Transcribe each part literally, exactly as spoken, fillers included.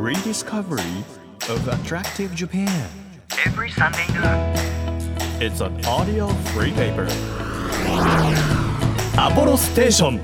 rediscovery of attractive Japan. Every Sunday noon. It's an audio free paper. Apollo Station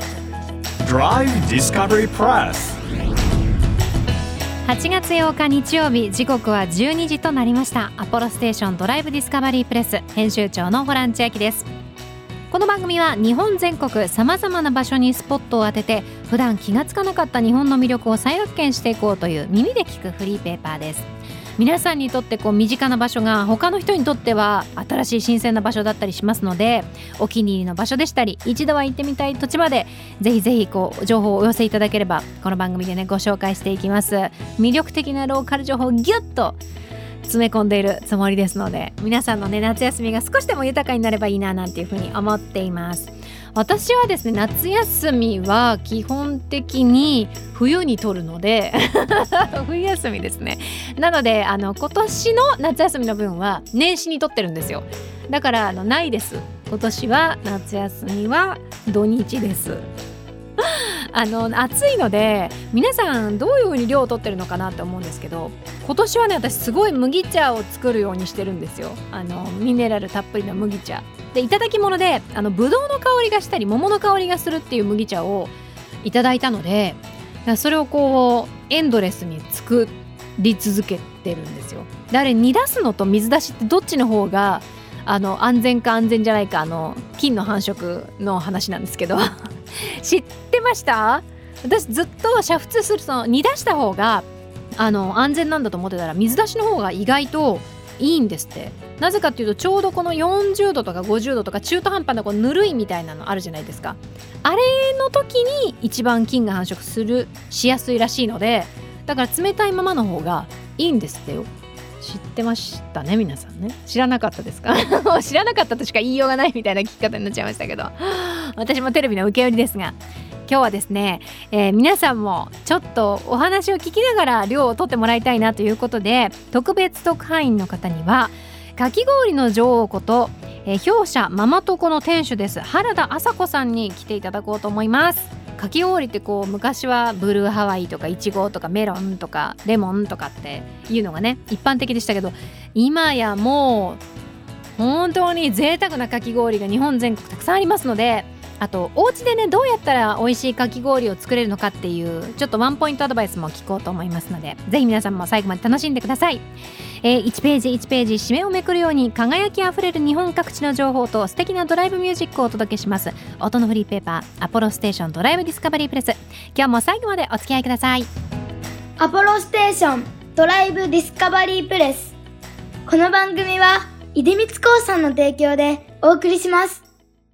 Drive Discovery Press。 はちがつようか日曜日、時刻はじゅうにじとなりました。アポロステーションドライブディスカバリープレス編集長のホラン千秋です。この番組は日本全国さまざまな場所にスポットを当てて、普段気がつかなかった日本の魅力を再発見していこうという耳で聞くフリーペーパーです。皆さんにとってこう身近な場所が他の人にとっては新しい新鮮な場所だったりしますので、お気に入りの場所でしたり一度は行ってみたい土地までぜひぜひこう情報をお寄せいただければ、この番組でねご紹介していきます。魅力的なローカル情報をギュッと詰め込んでいるつもりですので、皆さんのね夏休みが少しでも豊かになればいいななんていうふうに思っています。私はですね、夏休みは基本的に冬に取るので冬休みですね。なのであの今年の夏休みの分は年始に取ってるんですよ。だからあのないです。今年は夏休みは土日ですあの暑いので皆さんどういう風に量を取ってるのかなって思うんですけど、今年はね私すごい麦茶を作るようにしてるんですよ。あのミネラルたっぷりの麦茶で、いただき物であのブドウの香りがしたり桃の香りがするっていう麦茶をいただいたので、それをこうエンドレスに作り続けてるんですよ。であれ煮出すのと水出しってどっちの方があの安全か安全じゃないか、あの菌の繁殖の話なんですけど知ってました？私ずっと煮沸するその煮出した方があの安全なんだと思ってたら、水出しの方が意外といいんですって。なぜかっていうと、ちょうどこのよんじゅうどとかごじゅうどとか中途半端なこうぬるいみたいなのあるじゃないですか。あれの時に一番菌が繁殖するしやすいらしいので、だから冷たいままの方がいいんですってよ。知ってましたね皆さんね。知らなかったですか知らなかったとしか言いようがないみたいな聞き方になっちゃいましたけど、私もテレビの受け売りですが、今日はですね、えー、皆さんもちょっとお話を聞きながら量を取ってもらいたいなということで、特別特派員の方にはかき氷の女王こと、えー、氷舎ママトコの店主です原田麻子さんに来ていただこうと思います。かき氷ってこう昔はブルーハワイとかイチゴとかメロンとかレモンとかっていうのがね一般的でしたけど、今やもう本当に贅沢なかき氷が日本全国たくさんありますので、あとお家でねどうやったら美味しいかき氷を作れるのかっていうちょっとワンポイントアドバイスも聞こうと思いますので、ぜひ皆さんも最後まで楽しんでください。えー、いちページいちページ締めをめくるように輝きあふれる日本各地の情報と素敵なドライブミュージックをお届けします。音のフリーペーパーアポロステーションドライブディスカバリープレス、今日も最後までお付き合いください。 アポロステーションドライブディスカバリープレス、この番組は出光興産の提供でお送りします。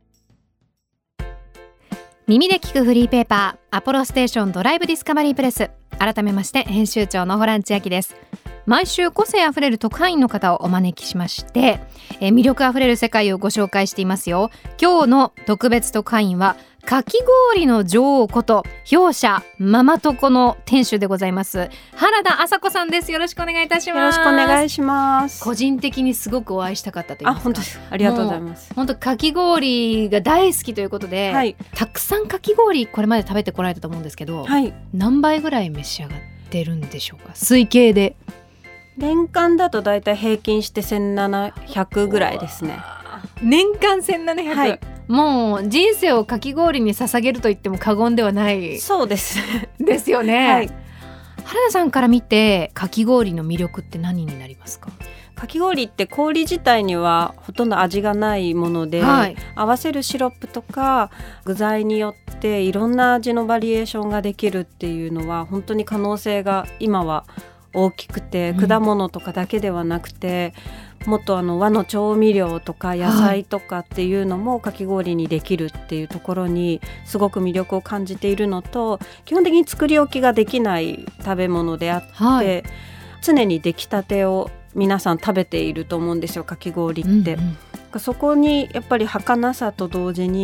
耳で聞くフリーペーパーアポロステーションドライブディスカバリープレス、改めまして編集長のホラン千秋です。毎週個性あふれる特派員の方をお招きしまして、えー、魅力あふれる世界をご紹介していますよ。今日の特別特派員はかき氷の女王こと氷舎ママトコの店主でございます原田麻子さんです。よろしくお願いいたします。 よろしくお願いします。 個人的にすごくお会いしたかったと言いますか。 あ、本当です。ありがとうございます。 本当かき氷が大好きということで、はい、たくさんかき氷これまで食べてこられたと思うんですけど、はい、何杯ぐらい召し上がってるんでしょうか、推計で。 年間だとだいたい平均してせんななひゃくぐらいですね。 年間せんななひゃく、はい、もう人生をかき氷に捧げると言っても過言ではない。 そうですですよね、はい、原田さんから見てかき氷の魅力って何になりますか？ かき氷って氷自体にはほとんど味がないもので、はい、合わせるシロップとか具材によっていろんな味のバリエーションができるっていうのは本当に可能性が今は大きくて、うん、果物とかだけではなくてもっとあの和の調味料とか野菜とかっていうのもかき氷にできるっていうところにすごく魅力を感じているのと、基本的に作り置きができない食べ物であって、はい、常に出来たてを皆さん食べていると思うんですよ、かき氷って、うんうん、そこにやっぱり儚さと同時に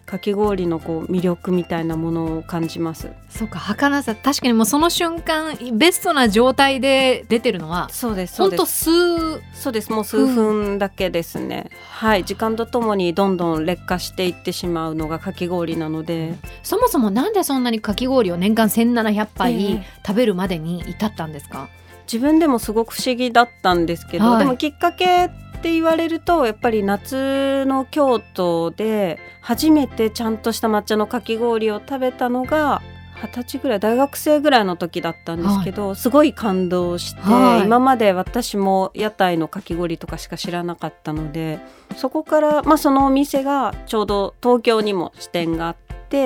かき氷のこう魅力みたいなものを感じます。 そうか、儚さ、確かにもうその瞬間ベストな状態で出てるのはそうですほんと数そうですもう数分だけですね、うん、はい、時間とともにどんどん劣化していってしまうのがかき氷なので、 そもそもなんでそんなにかき氷を年間せんななひゃくぱい食べるまでに至ったんですか？ えー、自分でもすごく不思議だったんですけど、はい、でもきっかけって言われるとやっぱり夏の京都で初めてちゃんとした抹茶のかき氷を食べたのがはたちぐらい、大学生ぐらいの時だったんですけど、はい、すごい感動して、はい、今まで私も屋台のかき氷とかしか知らなかったので、そこから、まあ、そのお店がちょうど東京にも支店があって、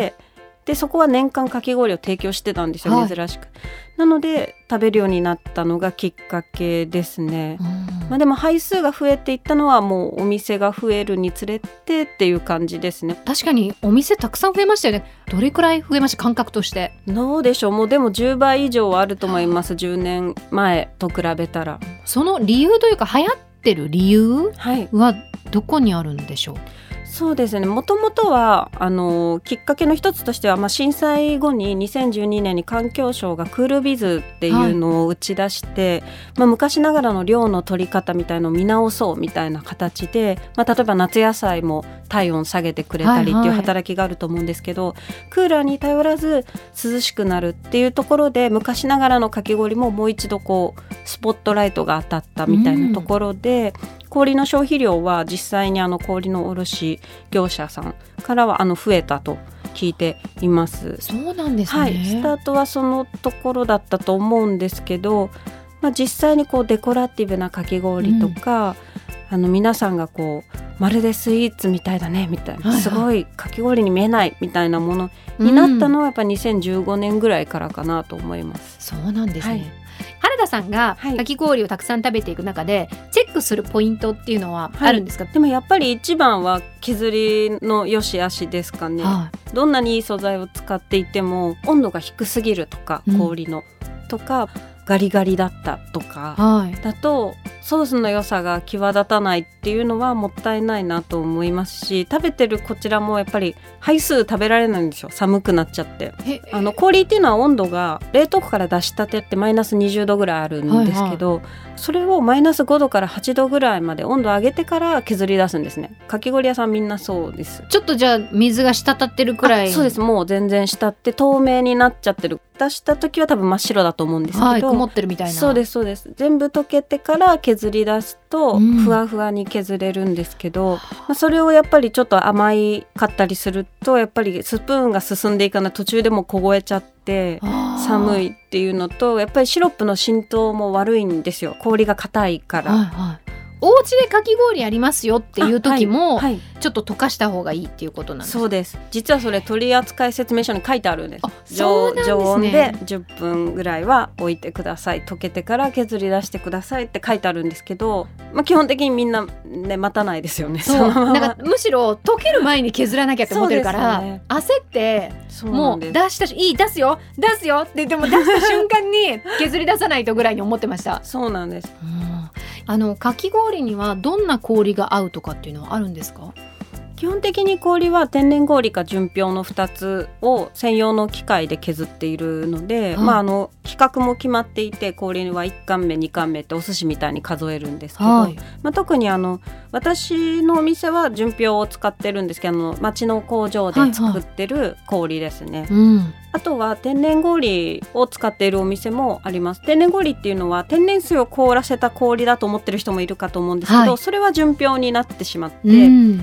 でそこは年間かき氷を提供してたんですよ、はい、珍しく。なので食べるようになったのがきっかけですね、うん、まあ、でも配数が増えていったのはもうお店が増えるにつれてっていう感じですね。 確かにお店たくさん増えましたよね。どれくらい増えました？感覚としてどうでしょう。もうでもじゅうばい以上はあると思います。じゅうねんまえと比べたら。 その理由というか流行ってる理由はどこにあるんでしょう？ そうですね、もともとはあのきっかけの一つとしては、まあ、震災後ににせんじゅうにねんに環境省がクールビズっていうのを打ち出して、はい、まあ、昔ながらの量の取り方みたいのを見直そうみたいな形で、まあ、例えば夏野菜も体温下げてくれたりっていう働きがあると思うんですけど、はいはい、クーラーに頼らず涼しくなるっていうところで昔ながらのかき氷ももう一度こうスポットライトが当たったみたいなところで、うん、氷の消費量は実際にあの氷の卸業者さんからはあの増えたと聞いています。 そうなんですね、 はい、スタートはそのところだったと思うんですけど、まあ、実際にこうデコラティブなかき氷とか、うん、あの皆さんがこうまるでスイーツみたいだねみたいな、はいはい、すごいかき氷に見えないみたいなものになったのはやっぱにせんじゅうごねんぐらいからかなと思います。 そうなんですね、 はい、 原田さんがかき氷をたくさん食べていく中で、はい、チェックするポイントっていうのはあるんですか？ はい、でもやっぱり一番は削りの良し悪しですかね、はい、どんなにいい素材を使っていても温度が低すぎるとか、氷の、うん、とかガリガリだったとか、はい、だとソースの良さが際立たないっていうのはもったいないなと思いますし、食べてるこちらもやっぱり杯数食べられないんですよ、寒くなっちゃって。あの氷っていうのは温度が冷凍庫から出したてってマイナスにじゅうどぐらいあるんですけど、はいはい、それをマイナスごどからはちどぐらいまで温度を上げてから削り出すんですね。かき氷屋さんみんなそうです。 ちょっとじゃあ水が滴ってるくらい？ そうです、もう全然滴って透明になっちゃってる。出した時は多分真っ白だと思うんですけど、 はい、曇ってるみたいな。 そうですそうです。全部溶けてから削り出すとふわふわに削れるんですけど、うん、まあ、それをやっぱりちょっと甘いかったりするとやっぱりスプーンが進んでいかない、途中でも凍えちゃって寒いっていうのと、やっぱりシロップの浸透も悪いんですよ、氷が硬いから。はいはい、 お家でかき氷ありますよっていう時も、はいはい、ちょっと溶かした方がいいっていうことなんですか？ そうです。実はそれ取扱説明書に書いてあるんです。 そうなんですね。 常温でじゅっぷんぐらいは置いてください、溶けてから削り出してくださいって書いてあるんですけど、まあ、基本的にみんな、ね、待たないですよね。 そうなんかむしろ溶ける前に削らなきゃって思ってるから、ね、焦ってもう出したしいい出すよ出すよってでも出した瞬間に削り出さないとぐらいに思ってました。 そうなんです。 うん、あのかき氷にはどんな氷が合うとかっていうのはあるんですか？ 基本的に氷は天然氷か純氷のふたつを専用の機械で削っているので、はい、まあ、あの規格も決まっていて、氷はいっかんめにかんめってお寿司みたいに数えるんですけど、はい、まあ、特にあの私のお店は純氷を使ってるんですけど、あの町の工場で作ってる氷ですね、はいはい、うん、あとは天然氷を使っているお店もあります。天然氷っていうのは天然水を凍らせた氷だと思ってる人もいるかと思うんですけど、はい、それは純氷になってしまって、うん、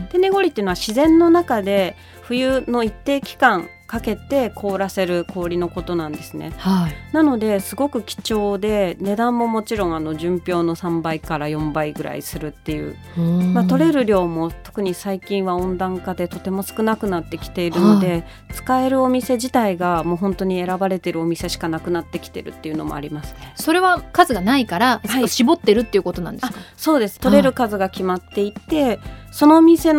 天然氷っていうのは自然の中で冬の一定期間かけて凍らせる氷のことなんですね、はい、なのですごく貴重で、値段ももちろんあの純氷のさんばいからよんばいぐらいするっていう、まあ、取れる量も特に最近は温暖化でとても少なくなってきているので、はい、使えるお店自体がもう本当に選ばれているお店しかなくなってきてるっていうのもありますね。 それは数がないから、絞ってるっていうことなんですか？ そうです。取れる数が決まっていて、そのお店の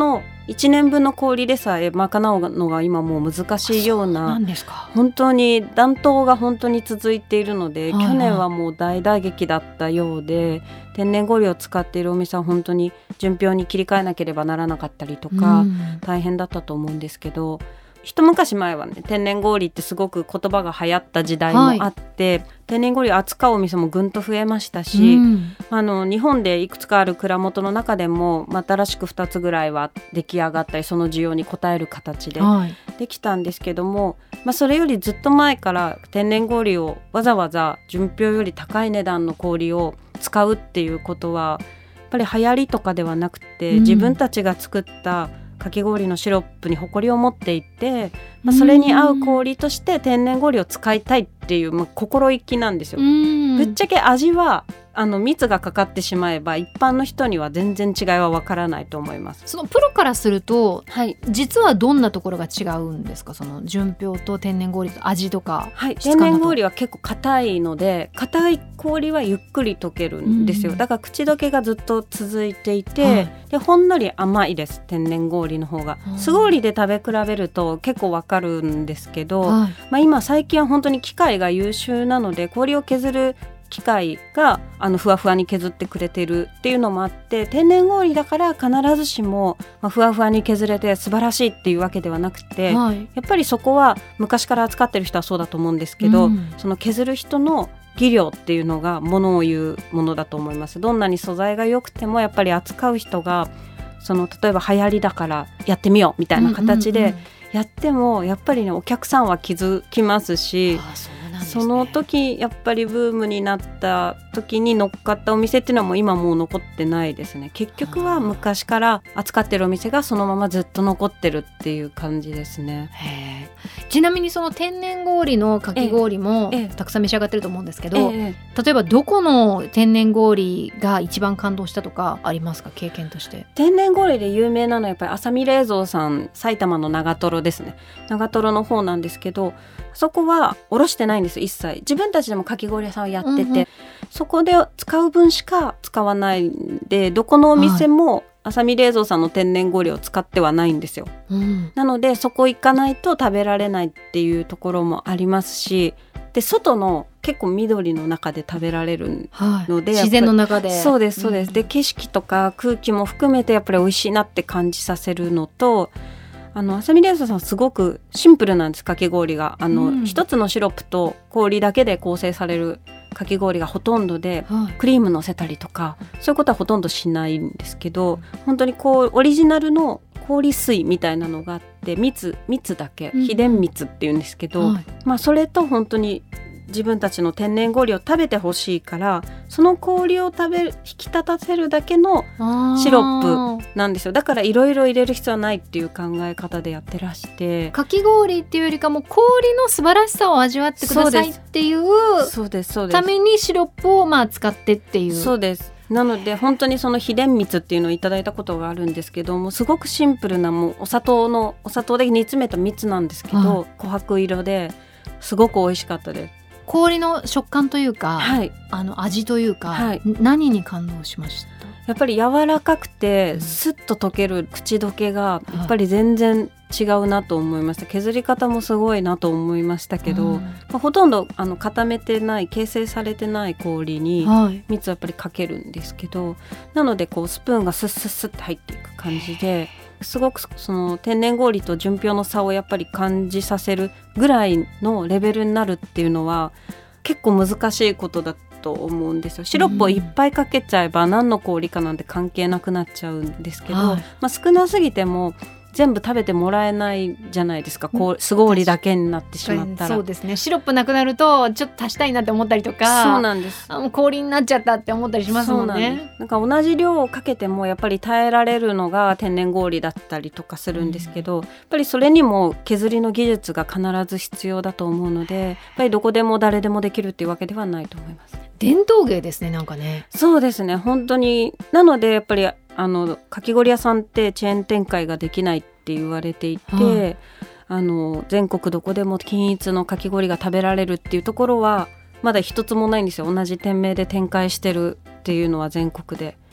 いちねんぶんの氷でさえ賄うのが今もう難しいような、 なんですか。 本当に暖冬が本当に続いているので、 はいはい、 去年はもう大打撃だったようで、天然氷を使っているお店は本当に純氷に切り替えなければならなかったりとか、うん、大変だったと思うんですけど、一昔前はね、天然氷ってすごく言葉が流行った時代もあって、はい、天然氷を扱うお店もぐんと増えましたし、うん、あの日本でいくつかある蔵元の中でも、まあ、新しくふたつぐらいは出来上がったり、その需要に応える形でできたんですけども、はい、まあ、それよりずっと前から天然氷をわざわざ純氷より高い値段の氷を使うっていうことはやっぱり流行りとかではなくて、うん、自分たちが作ったかき氷のシロップに誇りを持っていて、まあ、それに合う氷として天然氷を使いたいっていう、まあ、心意気なんですよ。ぶっちゃけ味はあの蜜がかかってしまえば一般の人には全然違いはわからないと思います。 そのプロからすると、 はい、 実はどんなところが違うんですか？その純氷と天然氷と味とか。 はい、天然氷は結構硬いので、硬い氷はゆっくり溶けるんですよ。だから口どけがずっと続いていて、はい、でほんのり甘いです、天然氷の方が。酢氷で食べ比べると結構わかるんですけど、はい、まあ、今最近は本当に機械が優秀なので、氷を削る機械があのふわふわに削ってくれてるっていうのもあって、天然氷だから必ずしも、まあ、ふわふわに削れて素晴らしいっていうわけではなくて、はい、やっぱりそこは昔から扱ってる人はそうだと思うんですけど、うん、その削る人の技量っていうのがものを言うものだと思います。どんなに素材が良くてもやっぱり扱う人が、その例えば流行りだからやってみようみたいな形でやっても、やっぱりね、お客さんは気づきますし、ああ、そうなんですね。その時やっぱりブームになった時に乗っかったお店っていうのはもう今もう残ってないですね。結局は昔から扱ってるお店がそのままずっと残ってるっていう感じですね。 へー。ちなみにその天然氷のかき氷もたくさん召し上がってると思うんですけど、ええ、例えばどこの天然氷が一番感動したとかありますか？経験として。 天然氷で有名なのはやっぱり浅見冷蔵さん、埼玉の長瀞ですね。長瀞の方なんですけど、そこはおろしてないんです、一切。自分たちでもかき氷屋さんをやってて、うんうん、そこで使う分しか使わないんで、どこのお店も、はい、浅見冷蔵さんの天然氷を使ってはないんですよ、うん、なのでそこ行かないと食べられないっていうところもありますし、で外の結構緑の中で食べられるので、はい、 自然の中で。 そうですそうです、うん、で景色とか空気も含めてやっぱり美味しいなって感じさせるのと、あの浅見冷蔵さんすごくシンプルなんです、かき氷が。あの、うん、一つのシロップと氷だけで構成されるかき氷がほとんどで、はい、クリーム乗せたりとかそういうことはほとんどしないんですけど、本当にこうオリジナルの氷水みたいなのがあって、蜜蜜だけ、秘伝蜜っていうんですけど、はい、まあ、それと本当に自分たちの天然氷を食べてほしいから、その氷を食べる引き立たせるだけのシロップなんですよ。だからいろいろ入れる必要はないっていう考え方でやってらして、 かき氷っていうよりかも氷の素晴らしさを味わってくださいっていうためにシロップをまあ使ってっていう。 そうです。なので本当にその秘伝蜜っていうのをいただいたことがあるんですけども、すごくシンプルな、もうお砂糖のお砂糖で煮詰めた蜜なんですけど、はい、琥珀色ですごく美味しかったです。 氷の食感というか、はい、あの味というか、はい、何に感動しました？ やっぱり柔らかくてスッと溶ける口どけがやっぱり全然違うなと思いました。削り方もすごいなと思いましたけど、うん、まあ、ほとんどあの固めてない、形成されてない氷に蜜をやっぱりかけるんですけど、はい、なのでこうスプーンがスッスッスッと入っていく感じで、すごくその天然氷と純氷の差をやっぱり感じさせるぐらいのレベルになるっていうのは結構難しいことだと思うんですよ。シロップをいっぱいかけちゃえば何の氷かなんて関係なくなっちゃうんですけど、はい、まあ、少なすぎても全部食べてもらえないじゃないですか。こう酢氷だけになってしまったら。 そうですね。シロップなくなるとちょっと足したいなって思ったりとか、 そうなんです。 あ、もう氷になっちゃったって思ったりしますもんね。 そうなんです。なんか同じ量をかけてもやっぱり耐えられるのが天然氷だったりとかするんですけど、うん、やっぱりそれにも削りの技術が必ず必要だと思うので、やっぱりどこでも誰でもできるっていうわけではないと思います。 伝統芸ですね、なんかね。 そうですね、本当に。なのでやっぱりあのかき氷屋さんってチェーン展開ができないって言われていて、はい、あの全国どこでも均一のかき氷が食べられるっていうところはまだ一つもないんですよ。同じ店名で展開してるっていうのは全国で。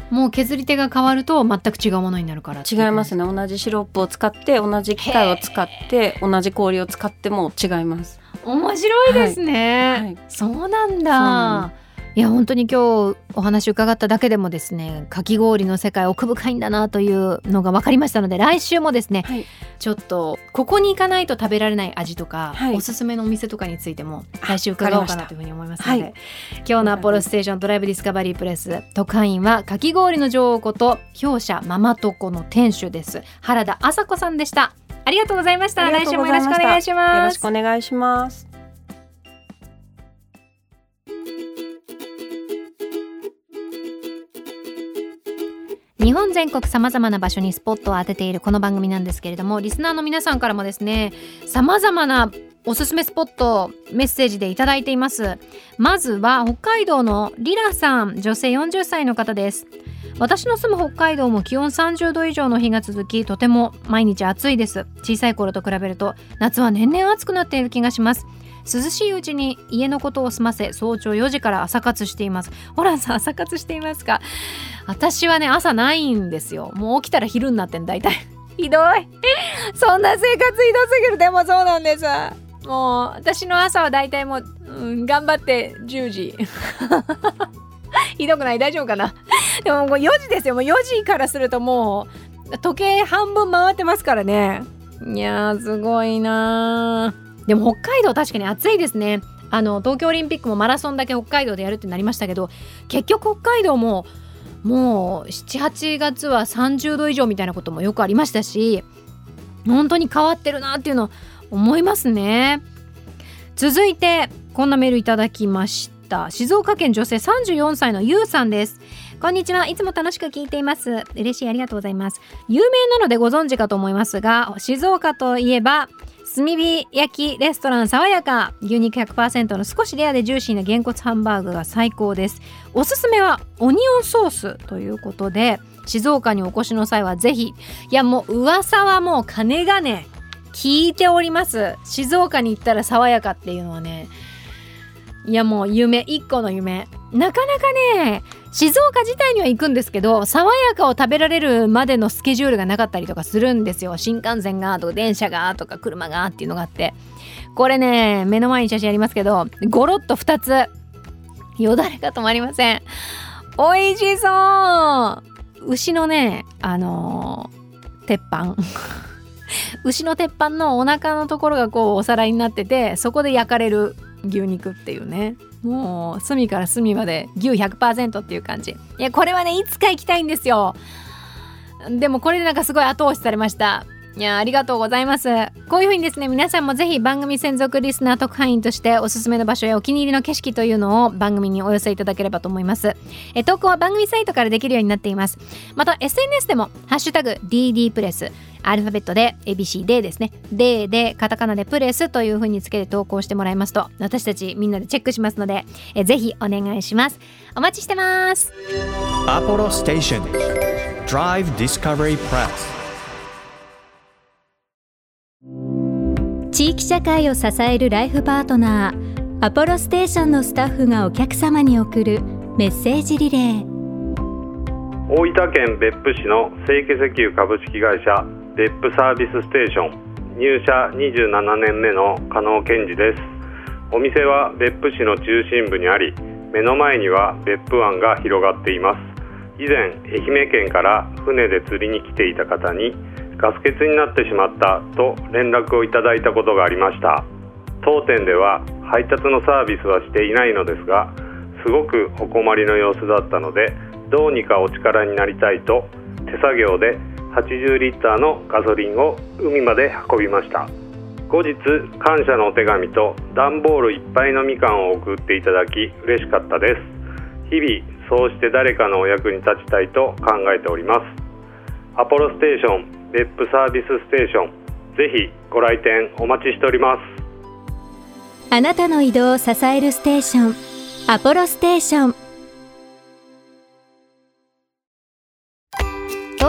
もう削り手が変わると全く違うものになるから。 違いますね。同じシロップを使って同じ機械を使って同じ氷を使っても違います。 面白いですね、はいはい、そうなんだ。いや本当に今日お話伺っただけでもですね、かき氷の世界奥深いんだなというのが分かりましたので、来週もですね、はい、ちょっとここに行かないと食べられない味とか、はい、おすすめのお店とかについても来週伺おうかなというふうに思いますので、はい、今日のアポロステーションドライブディスカバリープレス特派員はかき氷の女王こと氷舎ママトコの店主です原田麻子さんでした。ありがとうございました。来週もよろしくお願いします。 よろしくお願いします。 日本全国さまざまな場所にスポットを当てているこの番組なんですけれども、リスナーの皆さんからもですね、さまざまなおすすめスポットメッセージでいただいています。まずは北海道のリラさん、女性よんじゅっさいの方です。私の住む北海道も気温さんじゅうど以上の日が続き、とても毎日暑いです。小さい頃と比べると夏は年々暑くなっている気がします。涼しいうちに家のことを済ませ、早朝よじから朝活しています。ホランさん、朝活していますか？私はね、朝ないんですよ。もう起きたら昼になってんだいたい。ひどいそんな生活ひどすぎる。でもそうなんです。もう私の朝はだいたいもう、うん、頑張ってじゅうじひどくない？大丈夫かな？でももうよじですよ。もうよじからするともう時計半分回ってますからね。いやーすごいなー。でも北海道確かに暑いですね。あの東京オリンピックもマラソンだけ北海道でやるってなりましたけど、結局北海道ももうしちはちがつはさんじゅうど以上みたいなこともよくありましたし、本当に変わってるなっていうのを思いますね。続いてこんなメールいただきました。静岡県女性さんじゅうよんさいのゆうさんです。こんにちは。いつも楽しく聞いています。嬉しい、ありがとうございます。有名なのでご存知かと思いますが、静岡といえば炭火焼きレストラン爽やか、牛肉 ひゃくパーセント の少しレアでジューシーなげんこつハンバーグが最高です。おすすめはオニオンソースということで、静岡にお越しの際はぜひ。いやもう噂はもう金がね聞いております。静岡に行ったら爽やかっていうのはね、いやもう夢、一個の夢。なかなかね静岡自体には行くんですけど、爽やかを食べられるまでのスケジュールがなかったりとかするんですよ。新幹線がとか電車がとか車がっていうのがあって、これね目の前に写真ありますけど、ゴロッとふたつ、よだれが止まりません。美味しそう。牛のねあのー、鉄板牛の鉄板のお腹のところがこうお皿になってて、そこで焼かれる牛肉っていうね、もう隅から隅まで牛 ひゃくパーセント っていう感じ。いやこれはねいつか行きたいんですよ。でもこれでなんかすごい後押しされました。いやありがとうございます。こういう風にですね、皆さんもぜひ番組専属リスナー特派員としておすすめの場所やお気に入りの景色というのを番組にお寄せいただければと思います。え投稿は番組サイトからできるようになっています。また エスエヌエス でもハッシュタグ ディーディー プレス、アルファベットで エービーシー でですね、ででカタカナでプレスという風につけて投稿してもらいますと、私たちみんなでチェックしますので、えぜひお願いします。お待ちしてます。 アポロステーション Drive Discovery Press。 地域社会を支えるライフパートナー、アポロステーションのスタッフがお客様に送るメッセージリレー。 大分県別府市の清家石油株式会社別府サービスステーション入社にじゅうななねんめの加納健二です。お店は別府市の中心部にあり、目の前には別府湾が広がっています。以前愛媛県から船で釣りに来ていた方にガス欠になってしまったと連絡をいただいたことがありました。当店では配達のサービスはしていないのですが、すごくお困りの様子だったので、どうにかお力になりたいと手作業ではちじゅうリッターのガソリンを海まで運びました。後日感謝のお手紙と段ボールいっぱいのみかんを送っていただき嬉しかったです。日々そうして誰かのお役に立ちたいと考えております。アポロステーション別府サービスステーション、ぜひご来店お待ちしております。 あなたの移動を支えるステーション、アポロステーション。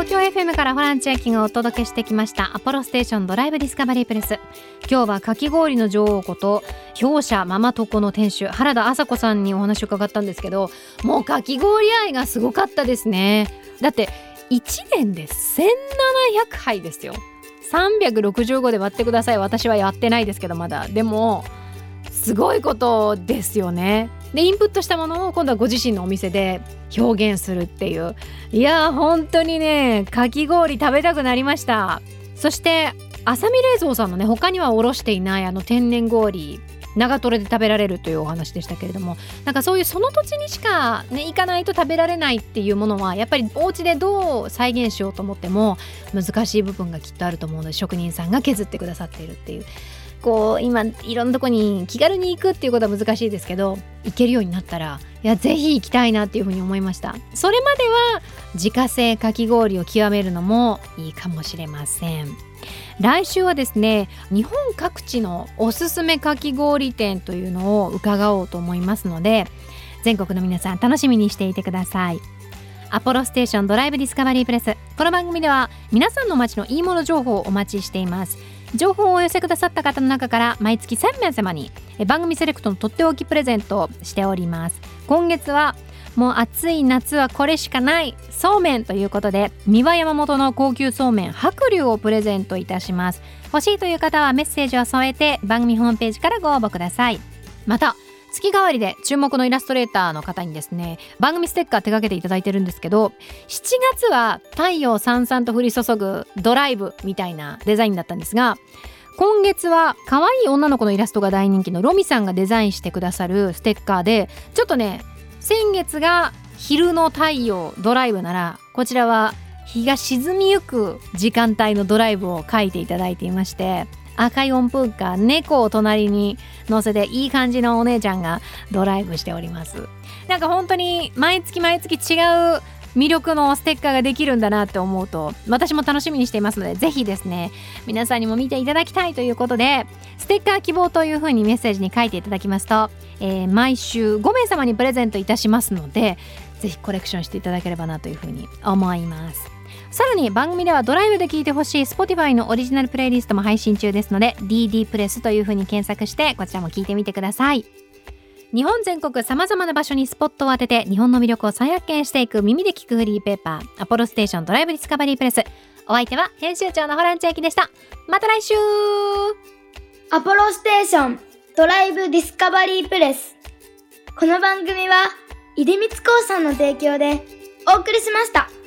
東京 エフエム からホラン千秋がお届けしてきましたアポロステーションドライブディスカバリープレス。今日はかき氷の女王こと氷舎ママトコの店主原田麻子さんにお話を伺ったんですけど、もうかき氷愛がすごかったですね。だっていちねんでせんななひゃくはいですよ。さんびゃくろくじゅうごで割ってください。私はやってないですけどまだ。でもすごいことですよね。でインプットしたものを今度はご自身のお店で表現するっていう、いや本当にねかき氷食べたくなりました。そして浅見冷蔵さんのね他にはおろしていないあの天然氷長瀞で食べられるというお話でしたけれども、なんかそういうその土地にしか、ね、行かないと食べられないっていうものはやっぱりお家でどう再現しようと思っても難しい部分がきっとあると思うので、職人さんが削ってくださっているっていう、こう今いろんなとこに気軽に行くっていうことは難しいですけど、行けるようになったらいやぜひ行きたいなっていうふうに思いました。それまでは自家製かき氷を極めるのもいいかもしれません。来週はですね日本各地のおすすめかき氷店というのを伺おうと思いますので、全国の皆さん楽しみにしていてください。アポロステーションドライブディスカバリープレス、この番組では皆さんの街のいいもの情報をお待ちしています。情報をお寄せくださった方の中から毎月せんめい様に番組セレクトのとっておきプレゼントをしております。今月はもう暑い夏はこれしかないそうめんということで、三輪山本の高級そうめん白龍をプレゼントいたします。欲しいという方はメッセージを添えて番組ホームページからご応募ください。また月替わりで注目のイラストレーターの方にですね番組ステッカー手掛けていただいてるんですけど、しちがつは太陽さんさんと降り注ぐドライブみたいなデザインだったんですが、今月は可愛い女の子のイラストが大人気のロミさんがデザインしてくださるステッカーで、ちょっとね先月が昼の太陽ドライブならこちらは日が沈みゆく時間帯のドライブを書いていただいていまして、赤い音符か猫を隣に乗せていい感じのお姉ちゃんがドライブしております。なんか本当に毎月毎月違う魅力のステッカーができるんだなって思うと私も楽しみにしていますので、ぜひですね皆さんにも見ていただきたいということで、ステッカー希望というふうにメッセージに書いていただきますと、えー、毎週ごめい様にプレゼントいたしますので、ぜひコレクションしていただければなというふうに思います。さらに番組ではドライブで聴いてほしい Spotify のオリジナルプレイリストも配信中ですので ディーディー プレスという風に検索してこちらも聴いてみてください。日本全国さまざまな場所にスポットを当てて日本の魅力を再発見していく耳で聞くフリーペーパーアポロステーションドライブディスカバリープレス。お相手は編集長のホラン千秋でした。また来週。 アポロステーションドライブディスカバリープレス。この番組は出光興産の提供でお送りしました。